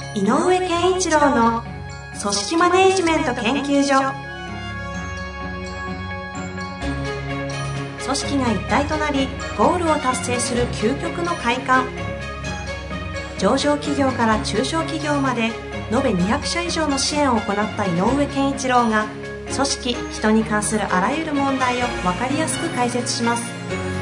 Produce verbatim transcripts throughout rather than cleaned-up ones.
井上健一郎の組織マネジメント研究所。組織が一体となりゴールを達成する究極の快感。上場企業から中小企業まで延べにひゃくしゃ以上の支援を行った井上健一郎が、組織・人に関するあらゆる問題を分かりやすく解説します。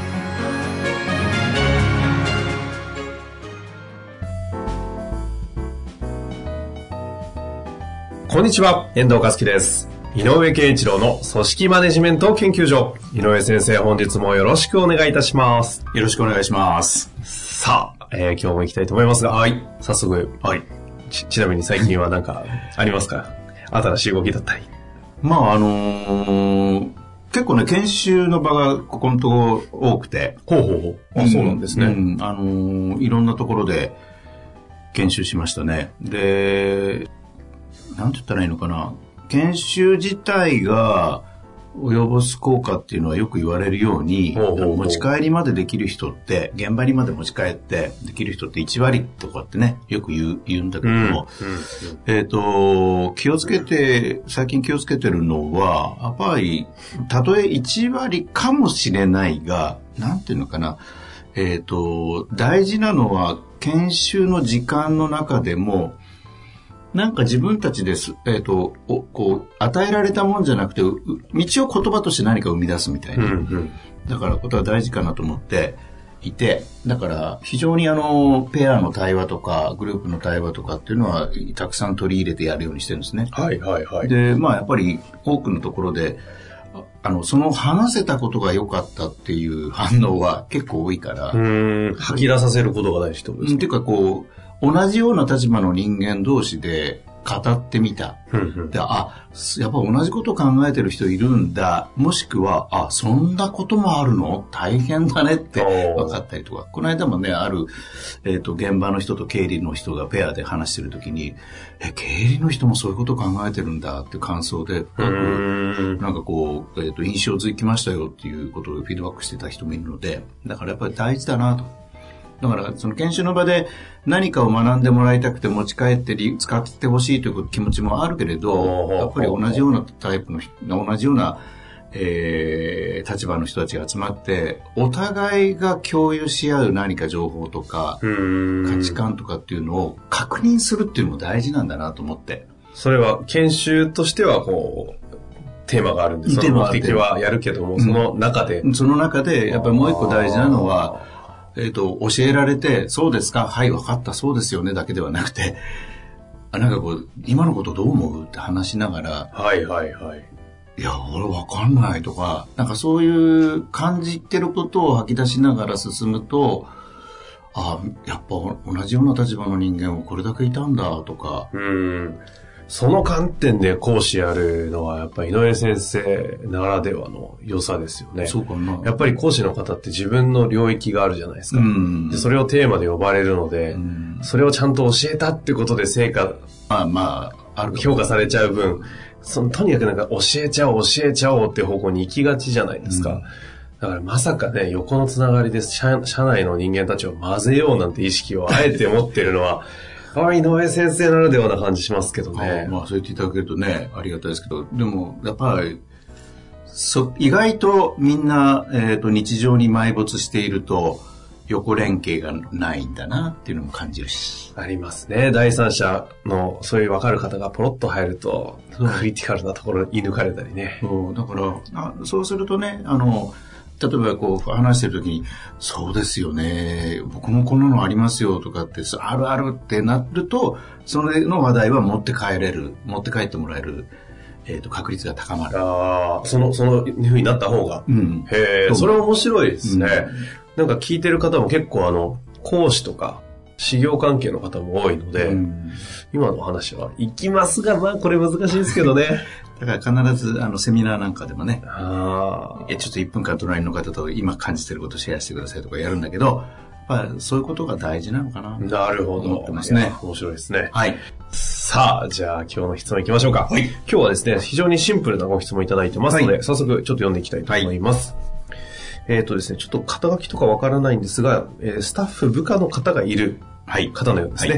こんにちは、遠藤和樹です。井上健一郎の組織マネジメント研究所。井上先生、本日もよろしくお願いいたします。 よろしくお願いします。 さあ、えー、今日も行きたいと思いますが、はい、早速、はい、ち, ちなみに最近は何かありますか？新しい動きだったり。 まああのー、結構ね、研修の場がここのところ多くて。 ほうほうほう。あ、うん、そうなんですね。 うん、あのー、いろんなところで研修しましたね。で、なんて言ったらいいのかな。研修自体が及ぼす効果っていうのはよく言われるように、ほうほうほう、持ち帰りまでできる人って、現場にまで持ち帰ってできる人っていち割とかってね、よく言う、言うんだけども、うんうん、えっと、気をつけて、最近気をつけてるのは、やっぱり、たとえいち割かもしれないが、なんていうのかな、えっと、大事なのは、研修の時間の中でも、なんか自分たちです、えっと、こう、与えられたもんじゃなくて、道を言葉として何か生み出すみたいな。うんうん、だからことは大事かなと思っていて、だから非常にあの、ペアの対話とか、グループの対話とかっていうのは、たくさん取り入れてやるようにしてるんですね。 はいはいはい。 で、まあやっぱり多くのところで、あの、その話せたことが良かったっていう反応は結構多いから。 うーん、吐き出させることが大事ってことですか？ っていうかこう、同じような立場の人間同士で語ってみた。で、あ、やっぱ同じことを考えてる人いるんだ。もしくは、あ、そんなこともあるの？大変だねって分かったりとか。この間もね、ある、えっと、現場の人と経理の人がペアで話してるときに、え、経理の人もそういうことを考えてるんだっていう感想で、なんかこう、えっと、印象づきましたよっていうことをフィードバックしてた人もいるので、だからやっぱり大事だなと。だからその研修の場で何かを学んでもらいたくて持ち帰って使ってほしいという気持ちもあるけれど、やっぱり同じようなタイプの人、同じような、えー、立場の人たちが集まってお互いが共有し合う何か情報とか価値観とかっていうのを確認するっていうのも大事なんだなと思って。 それは研修としてはこうテーマがあるんです。その目的はやるけども、その中で、 うん、その中でやっぱりもう一個大事なのは、えっと、教えられて、そうですか、はい、分かった、そうですよね、だけではなくて、あ、なんかこう、今のことどう思うって話しながら、 はいはいはい。 いや、俺分かんないとか、なんかそういう感じてることを吐き出しながら進むと、あ、やっぱ同じような立場の人間もこれだけいたんだとか、 うん。その観点で講師やるのはやっぱり井上先生ならではの良さですよね。 そうかな。 やっぱり講師の方って自分の領域があるじゃないですか。うん、でそれをテーマで呼ばれるので、うん、それをちゃんと教えたってことで成果、 まあまあ、ある評価されちゃう分、そのとにかくなんか教えちゃおう教えちゃおうって方向に行きがちじゃないですか。うん、だからまさかね、横のつながりで社、社内の人間たちを混ぜようなんて意識をあえて持ってるのは、井上先生ならではな感じしますけどね。 あ、まあそう言っていただけるとね、ありがたいですけど、でもやっぱりそ意外とみんな、えーと、日常に埋没していると横連携がないんだなっていうのも感じるし。 ありますね。第三者のそういう分かる方がポロッと入ると、クリティカルなところに射抜かれたりね。 そうだからあそうするとね、あの例えばこう話してるときに、そうですよね、僕もこんなのありますよとかって、あるあるってなると、それの話題は持って帰れる、持って帰ってもらえる、えーと、確率が高まる。 ああ、その、その風になった方が。うん、へえ、それは面白いですね、うん。なんか聞いてる方も結構あの、講師とか、修行関係の方も多いので、うん、今の話は行きますが、まあこれ難しいですけどね。 だから必ずあのセミナーなんかでもね、あちょっといっぷんかん隣の方と今感じてることをシェアしてくださいとかやるんだけど、やっぱそういうことが大事なのかな。 なるほど。 思ってますね。 面白いですね。 はい。 さあ、じゃあ今日の質問いきましょうか。はい。今日はですね、非常にシンプルなご質問いただいてますので、はい、早速ちょっと読んでいきたいと思います。はい、えっとですね、ちょっと肩書きとかわからないんですが、えー、スタッフ部下の方がいる方のようですね。はいはい、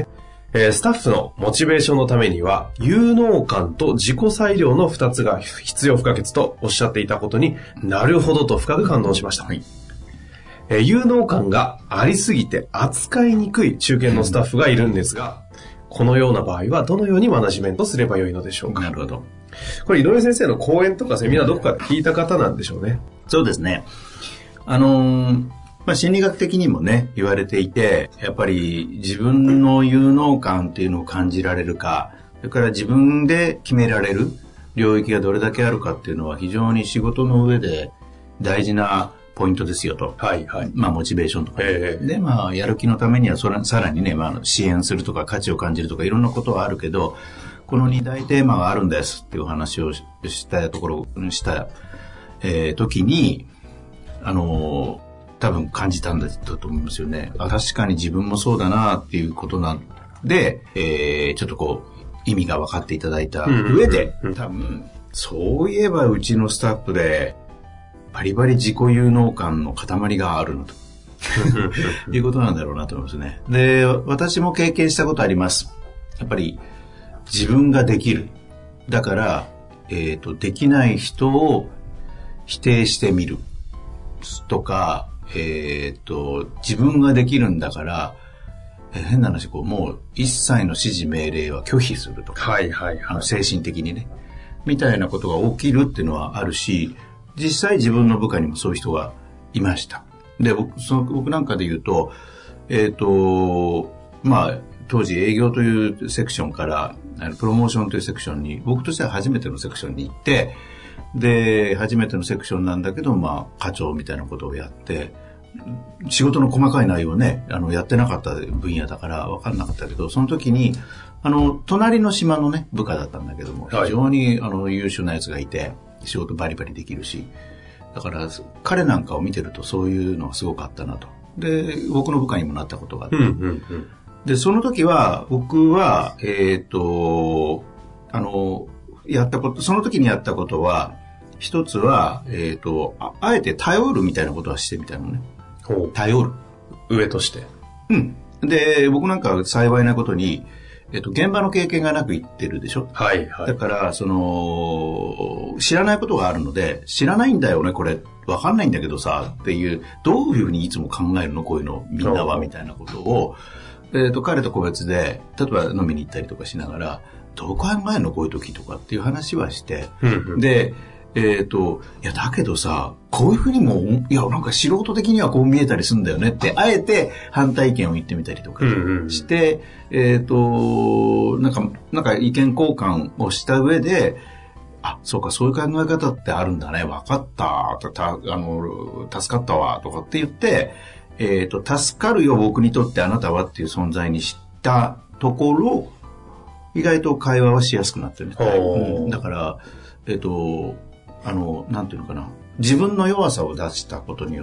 えー、スタッフのモチベーションのためには有能感と自己裁量のふたつが必要不可欠とおっしゃっていたことになるほどと深く感動しました、はい。えー、有能感がありすぎて扱いにくい中堅のスタッフがいるんですが、うん、このような場合はどのようにマネジメントすればよいのでしょうか。 なるほど。 これ井上先生の講演とかセミナーどこかで聞いた方なんでしょうね。 そうですね。あのーまあ、心理学的にもね言われていて、やっぱり自分の有能感っていうのを感じられるか、それから自分で決められる領域がどれだけあるかっていうのは非常に仕事の上で大事なポイントですよと。 はいはい。 まあモチベーションとか、 えー、 でまあやる気のためにはそれさらにね、まあ、支援するとか価値を感じるとかいろんなことはあるけど、このに大テーマがあるんですっていう話をしたところした、えー、時にあのー多分感じたんだと思いますよね。あ、確かに自分もそうだなっていうことなんで、えー、ちょっとこう意味が分かっていただいた上で、うんうんうん、多分そういえばうちのスタッフでバリバリ自己有能感の塊があるのということなんだろうなと思いますね。で、私も経験したことあります。やっぱり自分ができる。だから、えーと、できない人を否定してみるとか、えー、と自分ができるんだから、えー、変な話こうもう一切の指示命令は拒否するとか、 はいはいはい、 あの精神的にねみたいなことが起きるっていうのはあるし、実際自分の部下にもそういう人がいました。で 僕, その僕なんかで言うと、えーとまあ、当時営業というセクションからプロモーションというセクションに、僕としては初めてのセクションに行って、で初めてのセクションなんだけど、まあ、課長みたいなことをやって、仕事の細かい内容をねあのやってなかった分野だから分かんなかったけど、その時にあの隣の島のね部下だったんだけども、非常にあの優秀なやつがいて仕事バリバリできるし、だから彼なんかを見てるとそういうのがすごくあったなと。で僕の部下にもなったことがあって、うんうんうん、でその時は僕はえっとあのやったこと、その時にやったことは一つは、えっと、あ、あえて頼るみたいなことはしてみたいのね。頼る。 上として。 うん。で、僕なんか幸いなことに、えっと、現場の経験がなく言ってるでしょ。 はいはい。 だから、その、知らないことがあるので、知らないんだよね、これ。わかんないんだけどさ、っていう、どういうふうにいつも考えるのこういうの、みんなは、みたいなことを、えっと、彼と個別で、例えば飲みに行ったりとかしながら、どう考えるのこういう時とかっていう話はして、うんうん、で、えっと、いや、だけどさ、こういうふうにも、いや、なんか素人的にはこう見えたりするんだよねって、あえて反対意見を言ってみたりとかして、うんうん、えっと、なんか、なんか意見交換をした上で、あ、そうか、そういう考え方ってあるんだね、わかった、た、た、あの、助かったわ、とかって言って、えっと、助かるよ、僕にとってあなたはっていう存在にしたところ、意外と会話はしやすくなってるみたい。うん、だから、えっと、あの、なんていうのかな。自分の弱さを出したことによって、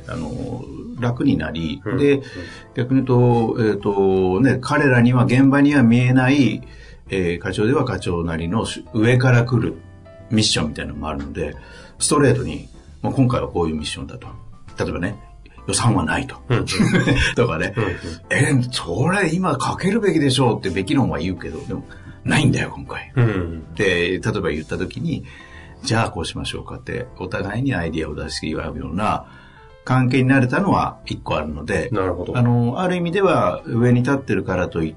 あの、楽になり、うん、で、逆に言うと、えっと、ね、彼らには現場には見えない、えー、課長では課長なりの上から来るミッションみたいなのもあるので、ストレートに、まあ、今回はこういうミッションだと。例えばね、予算はないと。とかね、えー、それ今かけるべきでしょうってべき論は言うけど、でも、ないんだよ、今回。うん、で、例えば言ったときに、じゃあこうしましょうかって、お互いにアイディアを出して言うような関係になれたのは一個あるので、 なるほど。 あの、ある意味では上に立ってるからといって、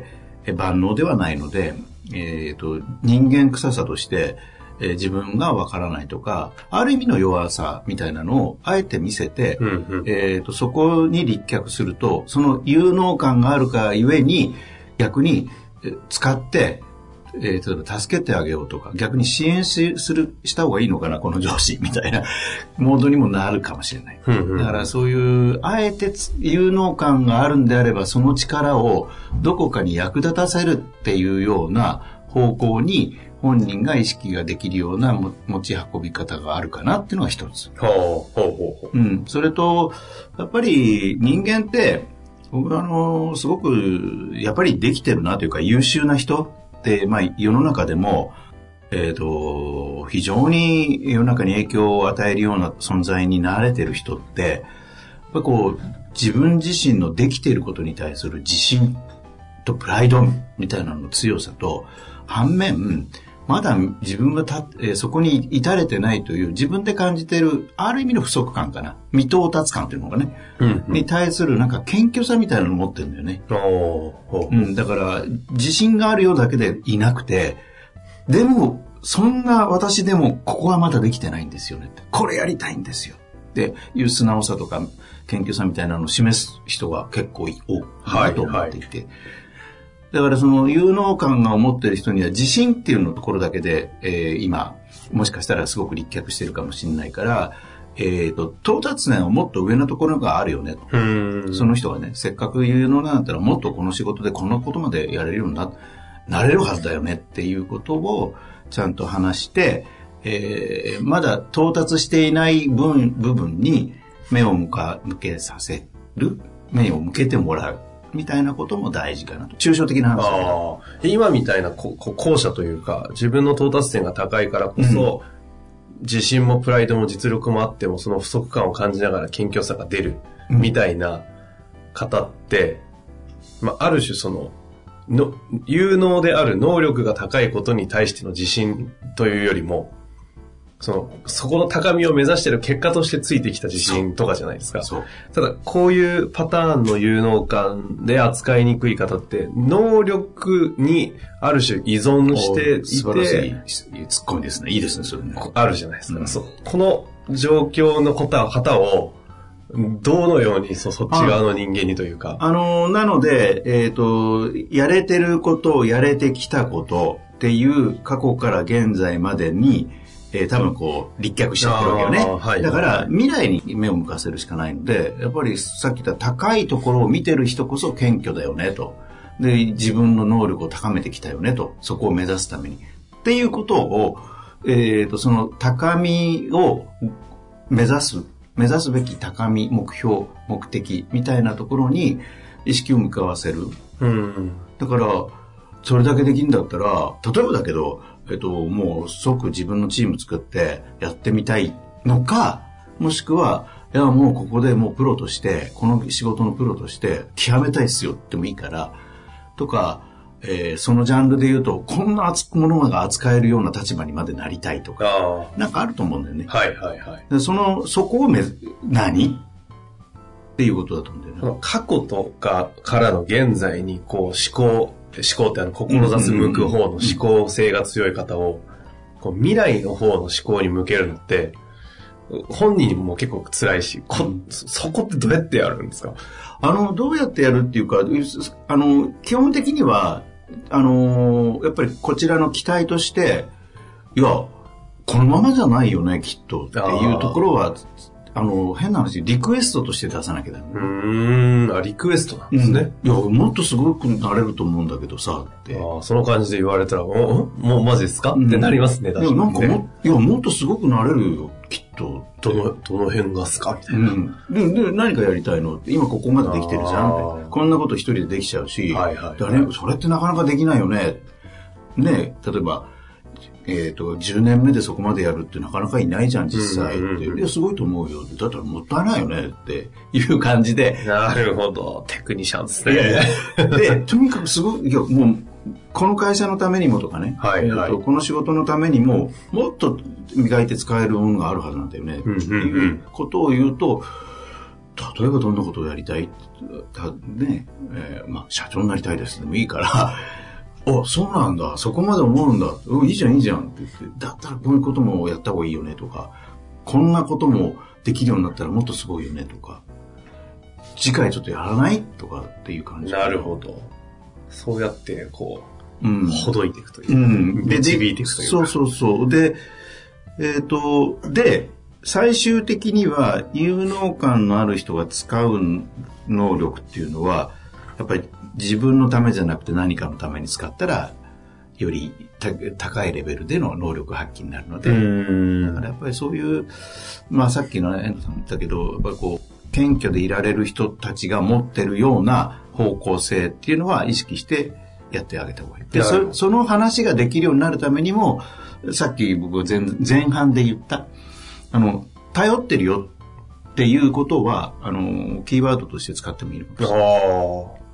万能ではないので、えっと、人間臭さとして、えー、自分がわからないとか、ある意味の弱さみたいなのをあえて見せて、うんうん、えっと、そこに立脚すると、その有能感があるがゆえに、逆に使って、えー、例えば助けてあげようとか、逆に支援しするした方がいいのかなこの上司みたいなモードにもなるかもしれない、うんうん、だからそういうあえて有能感があるんであれば、その力をどこかに役立たせるっていうような方向に本人が意識ができるような持ち運び方があるかなっていうのが一つ。 ほうほうほうほう。 うん。それとやっぱり人間って僕はあのすごくやっぱりできてるなというか、優秀な人で、まあ、世の中でも、えっと、非常に世の中に影響を与えるような存在になれてる人って、やっぱこう、自分自身のできていることに対する自信っとプライドみたいなの強さと、反面、まだ自分がた、えー、そこに至れてないという自分で感じているある意味の不足感かな、未到達感というのがね、うんうん、に対するなんか謙虚さみたいなのを持ってるんだよね。おー、うん、だから自信があるようだけでいなくて、でもそんな私でもここはまだできてないんですよね、これやりたいんですよっていう素直さとか謙虚さみたいなのを示す人が結構多いなと思っていて、はいはい、だからその有能感が思っている人には自信っていうのところだけで、えー、今もしかしたらすごく立脚してるかもしれないから、えーと、到達点はもっと上のところがあるよねと。その人がね、せっかく有能なんだったらもっとこの仕事でこんなことまでやれるように な, なれるはずだよねっていうことをちゃんと話して、えー、まだ到達していない分部分に目を向か向けさせる、目を向けてもらうみたいなことも大事かなと。抽象的な話だけど、 今みたいなここ後者というか、自分の到達点が高いからこそ、うん、自信もプライドも実力もあってもその不足感を感じながら謙虚さが出るみたいな方って、うん、まあ、ある種そのの有能である能力が高いことに対しての自信というよりも、その、そこの高みを目指している結果としてついてきた自信とかじゃないですか。そうただ、こういうパターンの有能感で扱いにくい方って、能力にある種依存していて、 素晴らしいツッコミですね。いいですね、それね。 あるじゃないですか。うん、そうこの状況の方を、どのようにそ, そっち側の人間にというか。 あ、あの、なので、えっと、やれてることをやれてきたことっていう過去から現在までに、えー、多分こう立脚しちゃってるわけよね、はい、だから未来に目を向かせるしかないので、やっぱりさっき言った高いところを見てる人こそ謙虚だよねと、で自分の能力を高めてきたよねと、そこを目指すためにっていうことを、えー、とその高みを目指す目指すべき高み、目標、目的みたいなところに意識を向かわせる、うん、だからそれだけできるんだったら、例えばだけどえっと、もう即自分のチーム作ってやってみたいのか、もしくは、いやもうここでもうプロとして、この仕事のプロとして極めたいっすよってもいいから、とか、えー、そのジャンルで言うと、こんなものが扱えるような立場にまでなりたいとか、なんかあると思うんだよね。 はいはいはい。 でその、そこをめ、何っていうことだと思うんだよね。 その過去とかからの現在にこう思考、思考ってあの志す向く方の思考性が強い方をこう未来の方の思考に向けるのって本人も結構辛いし、こそこってどうやってやるんですか？ あのどうやってやるっていうか、あの基本的にはあのやっぱりこちらの期待として、いやこのままじゃないよねきっとっていうところはあの変な話リクエストとして出さなきゃダメ。 うーん、あリクエストなんですね、 うん、いやもっとすごくなれると思うんだけどさって。 あその感じで言われたらもうもうマジですか、うん、ってなりますね。 確かにね。いやなんかもいやもっとすごくなれるよきっと。 どのどの辺がすかみたいな、うん、 で, で何かやりたいのって今ここまでできてるじゃんって。こんなこと一人でできちゃうし、はいはいはい、だね、それってなかなかできないよね。ね例えばえっと、じゅうねんめでそこまでやるってなかなかいないじゃん、実際って。うんうんうん、いや、すごいと思うよ。だったらもったいないよねっていう感じで。 なるほど。テクニシャンですね。 で、とにかくすごい、いや、もう、この会社のためにもとかね、はいはい、えーと、この仕事のためにも、もっと磨いて使えるものがあるはずなんだよね、うんうんうん、っていうことを言うと、例えばどんなことをやりたいたね、えー、まあ、社長になりたいですでもいいから、あ、そうなんだ、そこまで思うんだ、うん、いいじゃんいいじゃんって言って、だったらこういうこともやった方がいいよねとか、こんなこともできるようになったらもっとすごいよねとか、次回ちょっとやらないとかっていう感じ。 なるほど。そうやってこう、うん、ほどいていくというか、うん、導いていくというか。 そうそうそう。で、えっと、で、最終的には有能感のある人が使う能力っていうのは、やっぱり自分のためじゃなくて何かのために使ったらより高いレベルでの能力発揮になるので、だからやっぱりそういう、まあさっきの遠藤さんも言ったけど、やっぱりこう謙虚でいられる人たちが持ってるような方向性っていうのは意識してやってあげた方がいい。で、そ, その話ができるようになるためにも、さっき僕 前, 前半で言ったあの頼ってるよっていうことはあのキーワードとして使ってもいいのかもしれない。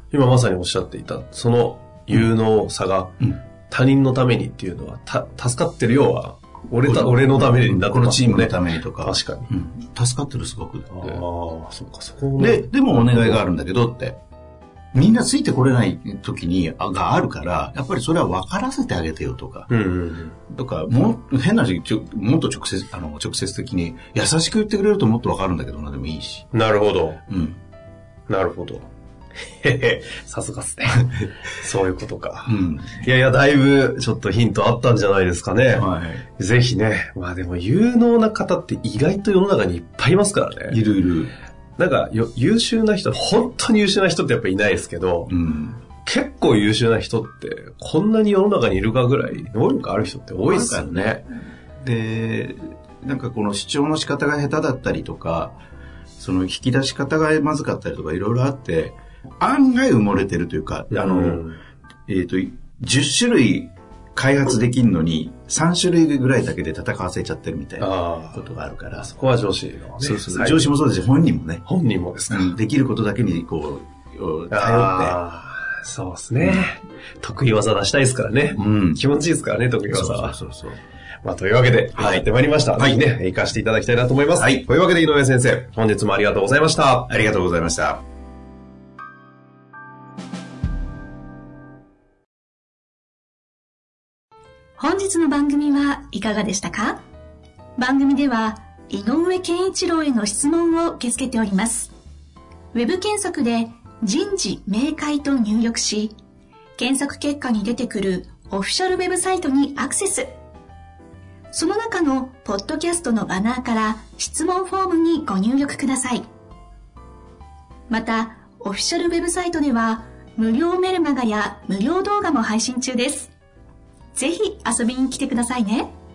今まさにおっしゃっていた、その有能さが他人のためにっていうのは、た助かってるようは、俺た、俺のためになってますね。 このチームのためにとか。 確かに。 うん、助かってる、すごく。ああ、そっか、そこで、でもお願いがあるんだけどって。みんなついてこれない時に、あがあるから、やっぱりそれは分からせてあげてよとか。 うんうんうん、 とか、もう、変な話、もっと直接、あの、直接的に、優しく言ってくれるともっと分かるんだけどな、でもいいし。 なるほど。 うん。 なるほど。へへ、さすがっすね。そういうことか。 うん。 いやいや、だいぶちょっとヒントあったんじゃないですかね。 はい。 ぜひね。まあでも有能な方って意外と世の中にいっぱいいますからね。 いるいる。 なんかよ優秀な人、本当に優秀な人ってやっぱいないですけど、 うん、 結構優秀な人ってこんなに世の中にいるかぐらい能力ある人って多いですからね。 で、なんかこの主張の仕方が下手だったりとか、その引き出し方がまずかったりとかいろいろあって、案外埋もれてるというか、あの、うん、えっと、じゅっしゅるい開発できるのにさんしゅるいぐらいだけで戦わせちゃってるみたいなことがあるから。 そこは上司の、ね。 そうそう。上司もそうですし、本人もね。 本人もですか。 うん、できることだけにこう、頼って。 そうですね、うん。得意技出したいですからね。うん、気持ちいいですからね、得意技は。そうそうそうそう。まあ、というわけで、はい、やってまいりました。はい。ね、活かしていただきたいなと思います。はい。というわけで、井上先生、本日もありがとうございました。 ありがとうございました。 本日の番組はいかがでしたか？番組では井上健一郎への質問を受け付けております。ウェブ検索で人事明快と入力し、検索結果に出てくるオフィシャルウェブサイトにアクセス。その中のポッドキャストのバナーから質問フォームにご入力ください。また、オフィシャルウェブサイトでは無料メルマガや無料動画も配信中です。ぜひ遊びに来てくださいね。